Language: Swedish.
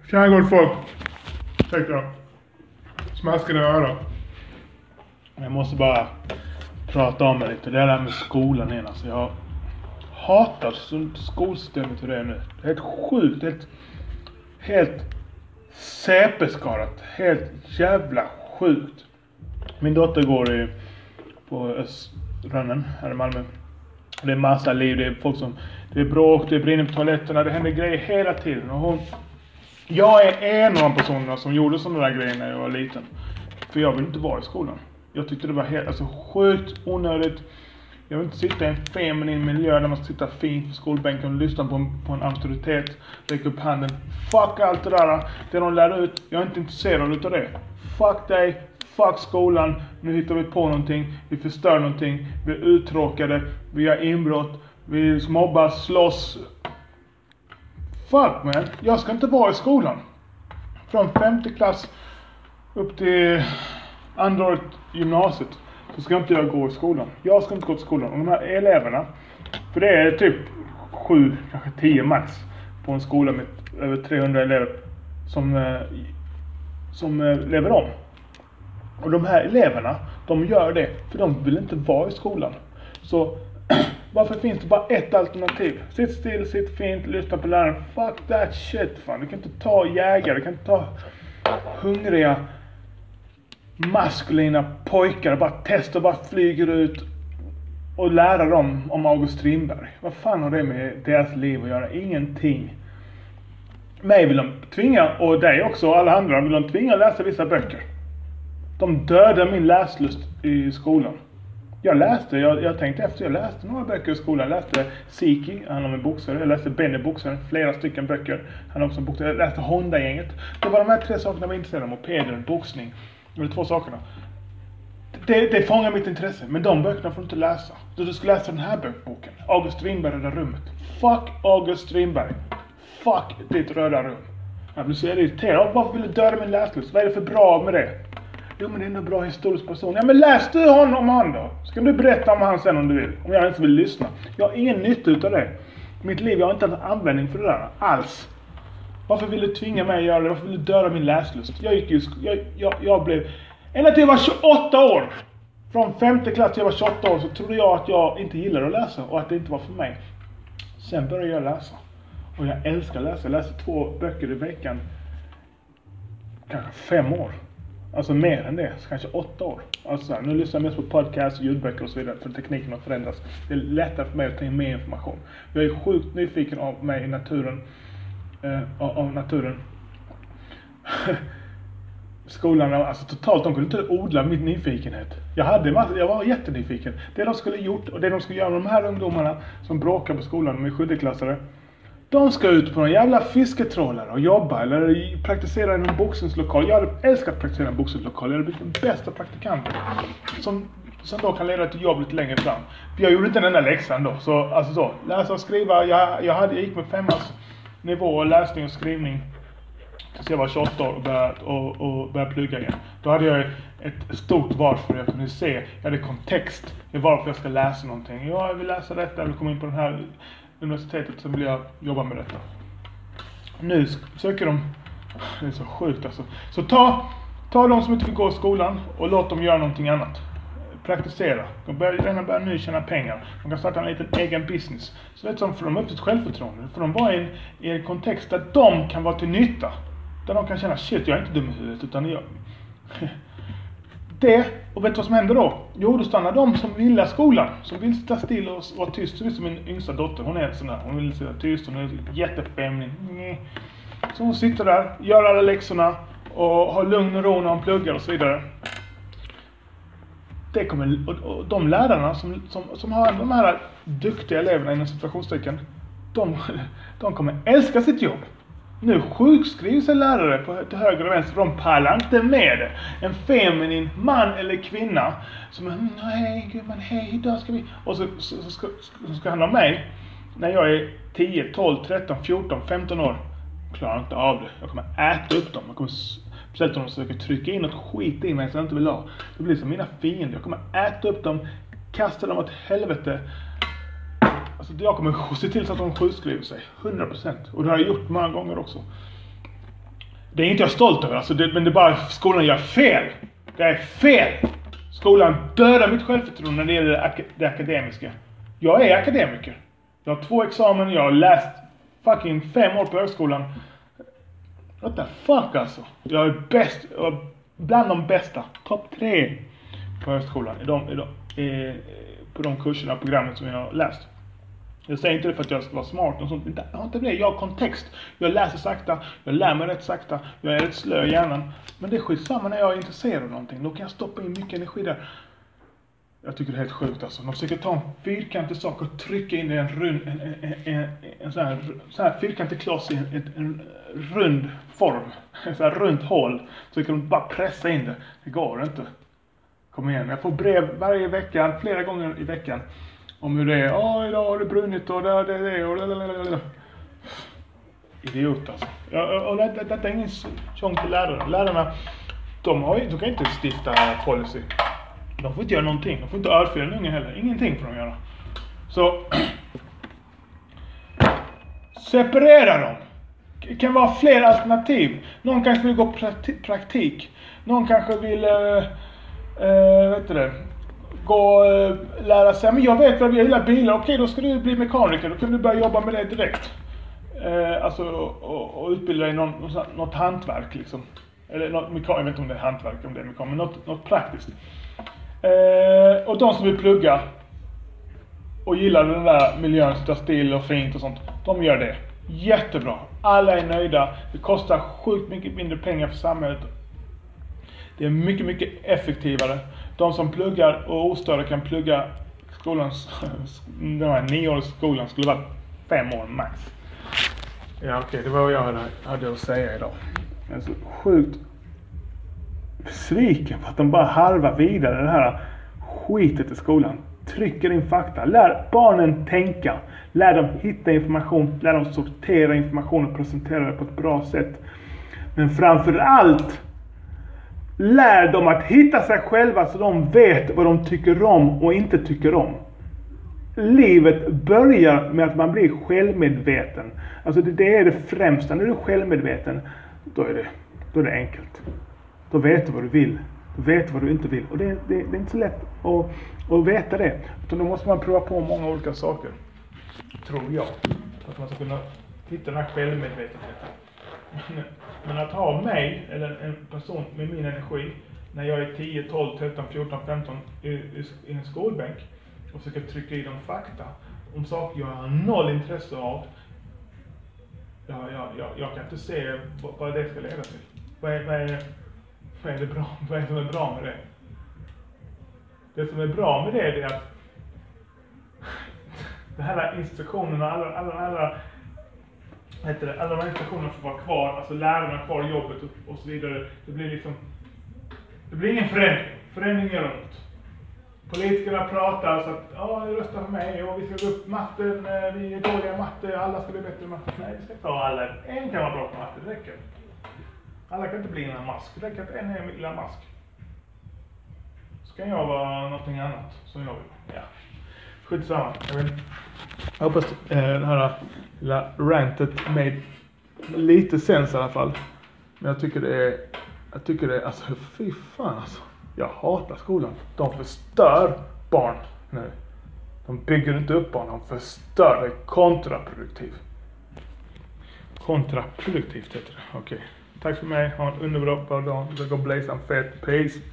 Tjena gott folk. Ursäkta. Smaskade öra. Jag måste bara prata om det lite. Det där med skolan igen. Alltså jag hatar skolsystemet hur det är nu. Det är helt sjukt. Helt CP-skarat. Helt jävla sjukt. Min dotter går på Öströnnen här i Malmö. Det är massa liv. Det är folk som... Det är bråk, det brinner på toaletterna. Det händer grejer hela tiden. Och jag är en av de personerna som gjorde sådana där grejer när jag var liten. För jag vill inte vara i skolan. Jag tyckte det var helt sjukt onödigt. Jag vill inte sitta i en feminin miljö där man ska sitta fint på skolbänken och lyssna på en auktoritet. Räcka upp handen. Fuck allt det där. Det de lär ut. Jag är inte intresserad utav det. Fuck dig. Fuck skolan. Nu hittar vi på någonting. Vi förstör någonting. Vi är uttråkade. Vi gör inbrott. Vi mobbas, slåss. Fuck man. Jag ska inte vara i skolan. Från 5:e klass upp till andra året gymnasiet så ska inte jag gå i skolan. Jag ska inte gå till skolan. Och de här eleverna, för det är typ 7, kanske 10 max på en skola med över 300 elever som lever om. Och de här eleverna, de gör det för de vill inte vara i skolan. Så varför finns det bara ett alternativ? Sitt still, sitt fint, lyssna på läraren. Fuck that shit fan. Du kan inte ta jägare, du kan inte ta hungriga maskulina pojkar och bara testa och bara flyger ut och lära dem om August Strindberg. Vad fan har det med deras liv att göra? Ingenting. Mig vill de tvinga, och dig också och alla andra vill de tvinga att läsa vissa böcker. De dödar min läslust i skolan. Jag tänkte efter, jag läste några böcker i skolan. Jag läste Siki, han är en boxare. Jag läste Benny boxaren, flera stycken böcker. Han är också en boxare. Jag läste Honda-gänget. Det var de här 3 sakerna jag var intresserad av. Mopeder, boxning. Det var 2 sakerna. Det fångar mitt intresse. Men de böckerna får du inte läsa. Så du ska läsa den här boken. August Strindberg, Röda rummet. Fuck August Strindberg. Fuck ditt röda rum. Jag blir så irriterad. Varför vill du döda min läslust? Vad är det för bra med det? Jo, men det är en bra historisk person. Ja, men läs du honom han då. Ska du berätta om han sen om du vill. Om jag inte vill lyssna. Jag har ingen nytta utav det. Mitt liv, jag har inte haft användning för det där. Alls. Varför vill du tvinga mig att göra det? Varför vill du döda min läslust? Jag blev... Ända till jag var 28 år. Från 5:e klass till jag var 28 år så trodde jag att jag inte gillade att läsa. Och att det inte var för mig. Sen började jag läsa. Och jag älskar att läsa. Jag läser 2 böcker i veckan. Kanske 5 år. Alltså mer än det, kanske 8 år. Alltså nu lyssnar jag mest på podcast, ljudböcker och så vidare för tekniken har förändrats. Det är lättare för mig att ta in mer information. Jag är sjukt nyfiken av mig i naturen. Av naturen. Skolan, alltså totalt, de kunde inte odla min nyfikenhet. Jag var jättenyfiken. Det de skulle gjort och det de skulle göra med de här ungdomarna som bråkar på skolan med 7:e-klassare. De ska ut på en jävla fisketrålare och jobba eller praktisera i en boxningslokal. Jag hade älskat att praktisera i en boxningslokal. Jag hade blivit den bästa praktikanten. Som då kan leda till jobb lite längre fram. Jag gjorde inte den där läxan då. Så, läsa och skriva. Jag gick med 5:as nivå läsning och skrivning. Tills jag var 28 år och började plugga igen. Då hade jag ett stort varför jag kunde se. Jag hade kontext i varför jag ska läsa någonting. Jag vill läsa detta. Jag vill komma in på den här universitetet så vill jag jobba med detta. Nu söker de. Det är så sjukt alltså. Så ta de som inte vill gå i skolan och låt dem göra någonting annat. Praktisera. De börjar nu tjäna pengar. De kan starta en liten egen business. Så det är som för dem upp sitt självförtroende. För de var i en kontext där de kan vara till nytta. Där de kan känna shit, jag är inte dum i huvudet utan jag. Det, och vet du vad som händer då? Jo, då stannar de som vill skolan. Som vill sitta still och vara tyst. Så som min yngsta dotter, hon är sån där. Hon vill sitta tyst, hon är jättefeminin. Så hon sitter där, gör alla läxorna och har lugn och ro när hon pluggar och så vidare. Det kommer, och de lärarna som har de här duktiga eleverna inom situationstecken, de kommer älska sitt jobb. Nu sjukskrivs en lärare till höger och vänster. De pallar inte med det. En feminin man eller kvinna som nej gud man hej idag ska vi. Och så ska han ha mig när jag är 10, 12, 13, 14, 15 år. Klarar inte av det. Jag kommer äta upp dem. Jag kommer speciellt om de försöker trycka in något skit i mig som jag inte vill ha. Det blir som mina fiender. Jag kommer äta upp dem. Kasta dem åt helvete. Alltså jag kommer se till så att de sjukskriver sig. 100%. Och det har jag gjort många gånger också. Det är inte jag stolt över, alltså men det är bara skolan gör fel. Det är fel. Skolan dödar mitt självförtroende när det gäller det akademiska. Jag är akademiker. Jag har 2 examen, jag har läst fucking 5 år på högskolan. What the fuck alltså? Jag är bäst, bland de bästa. Topp 3 på högskolan. På de kurserna och programmen som jag har läst. Jag säger inte det för att jag ska vara smart och sånt. Jag har inte det. Jag har kontext. Jag läser sakta. Jag lär mig rätt sakta. Jag är rätt slö i hjärnan. Men det är skitsamma när jag är intresserad av någonting. Då kan jag stoppa in mycket energi där. Jag tycker det är helt sjukt alltså. De försöker ta en fyrkantig sak och trycka in i en sån här fyrkantig kloss i en rund form. En sån här runt hål. Så kan de bara pressa in det. Det går inte. Kom igen. Jag får brev varje vecka, flera gånger i veckan. Om hur det är. Idag har det brunnit och det och idiot alltså. Och det är ingen tjong till lärarna. Lärarna, de kan inte stifta policy. De får inte göra någonting. De får inte örfila en unge heller. Ingenting får de göra. Så separera dem. Det kan vara fler alternativ. Någon kanske vill gå praktik. Någon kanske vill lära sig. Men jag vet vad jag gillar bilar. Okej, då ska du bli mekaniker. Då kan du börja jobba med det direkt. Alltså och utbilda dig i något hantverk liksom. Eller något jag vet inte om det är hantverk, om det är mekaniker, men något praktiskt. Och de som vill plugga och gillar den där miljön, sitta still och fint och sånt, de gör det. Jättebra. Alla är nöjda. Det kostar sjukt mycket mindre pengar för samhället. Det är mycket, mycket effektivare. De som pluggar och ostörda kan plugga den här 9-åriga skolan skulle vara 5 år max. Ja, okej, det var vad jag hade att säga idag. Jag är så sjukt besviken på att de bara harvar vidare det här skitet i skolan. Trycker in fakta. Lär barnen tänka. Lär dem hitta information. Lär dem sortera information och presentera det på ett bra sätt. Men framför allt lär dem att hitta sig själva så de vet vad de tycker om och inte tycker om. Livet börjar med att man blir självmedveten. Alltså det är det främsta. När du är självmedveten, då är det enkelt. Då vet du vad du vill. Du vet vad du inte vill. Och det är inte så lätt att veta det. Utan då måste man prova på många olika saker. Tror jag. Att man ska kunna hitta den här självmedvetenheten. Men att ha mig, eller en person med min energi, när jag är 10, 12, 13, 14, 15 i en skolbänk och försöker trycka i dem fakta om saker jag har noll intresse av. Jag kan inte se vad det ska leda till. Vad är det bra? Vad är det som är bra med det? Det som är bra med det är att det här institutionerna, alla de institutionerna får vara kvar, alltså lärarna kvar i jobbet och så vidare. Det blir ingen förändring. Förändring gör ont. Politikerna pratar så att rösta på mig och vi ska gå upp matten, vi är dåliga matte, alla ska bli bättre i matte. Nej, vi ska ta alla. En kan vara bra på matte, det räcker. Alla kan inte bli en mask, det räcker att en är en lilla mask. Så kan jag vara någonting annat som jag vill. Ja. Skitsamma. Jag hoppas den här lilla rantet made lite sens i alla fall. Men jag tycker det är alltså fy fan alltså. Jag hatar skolan. De förstör barn nu. De bygger inte upp barn, de förstör. Det är kontraproduktivt. Kontraproduktivt heter det. Okej. Tack för mig. Ha en underbar dag. Det går blazan fett. Peace.